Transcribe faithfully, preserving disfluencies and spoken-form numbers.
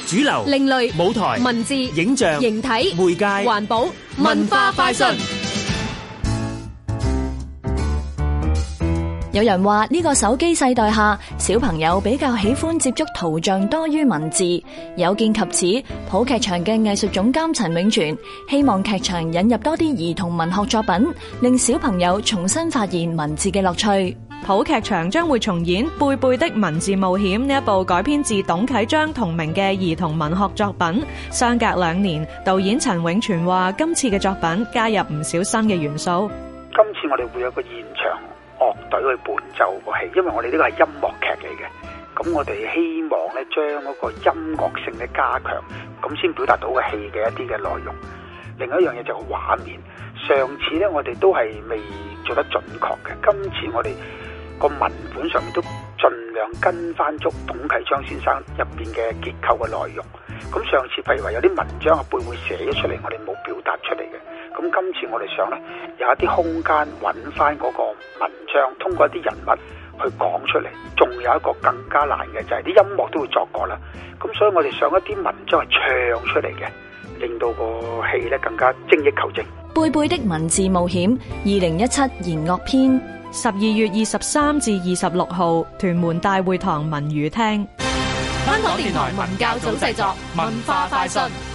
主流、 另類、 舞台、 文字、 影像、 形體、 媒介、 環保、文化快訊。 有人話呢個手機世代下，小朋友比較喜歡接觸圖像多於文字。有見及此，普劇場嘅藝術總監陳永全希望劇場引入多啲兒童文學作品，令小朋友重新發現文字嘅樂趣。 普劇場將會重演《貝貝的文字冒險》呢一部改編自董啟章同名嘅兒童文學作品。相隔兩年，導演陳永全話今次嘅作品加入唔少新嘅元素。 今次我哋會有個現場樂隊去伴奏個戲，因為我哋呢個係音樂劇嚟嘅，咁我哋希望咧將嗰個音樂性咧加強，咁先表達到個戲嘅一啲嘅內容。另外一樣嘢就係畫面，上次咧我哋都係未做得準確嘅，今次我哋個文本上面都盡量跟翻足董啟章先生入邊嘅結構嘅內容。咁上次譬如話有啲文章阿貝會寫咗出嚟，我哋冇表達出嚟嘅。咁今次我哋想咧有一啲空間揾翻嗰個文章，通過一啲人物去講出嚟。仲有一個更加難嘅就係啲音樂都會作過啦。咁所以我哋想一啲文章係唱出嚟嘅，令到個戲咧更加精益求精。 貝貝的文字冒險二零一七弦樂篇， 十二月二十三至二十六號，屯門大會堂文娛廳。 香港電台文教組製作，文化快訊。